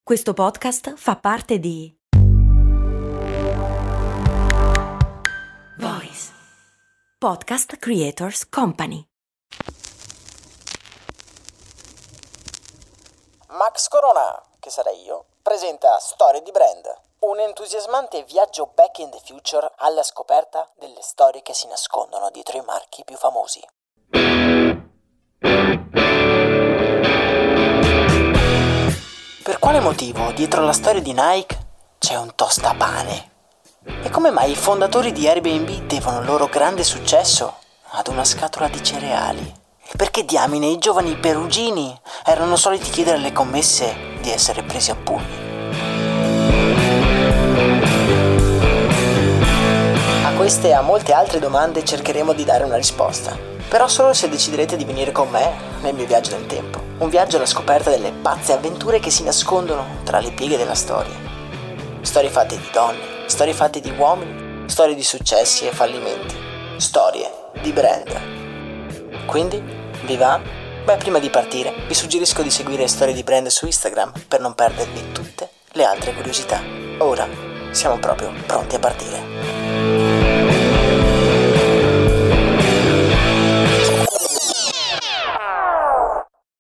Questo podcast fa parte di Voice Podcast Creators Company. Max Corona, che sarei io, presenta Storie di Brand, un entusiasmante viaggio back in the future alla scoperta delle storie che si nascondono dietro i marchi più famosi. Per quale motivo dietro la storia di Nike c'è un tostapane? E come mai i fondatori di Airbnb devono il loro grande successo ad una scatola di cereali? E perché diamine i giovani perugini erano soliti chiedere alle commesse di essere presi a pugni? A queste e a molte altre domande cercheremo di dare una risposta, però solo se deciderete di venire con me nel mio viaggio nel tempo. Un viaggio alla scoperta delle pazze avventure che si nascondono tra le pieghe della storia. Storie fatte di donne, storie fatte di uomini, storie di successi e fallimenti, storie di brand. Quindi, vi va? Beh, prima di partire, vi suggerisco di seguire Storie di Brand su Instagram per non perdervi tutte le altre curiosità. Ora, siamo proprio pronti a partire.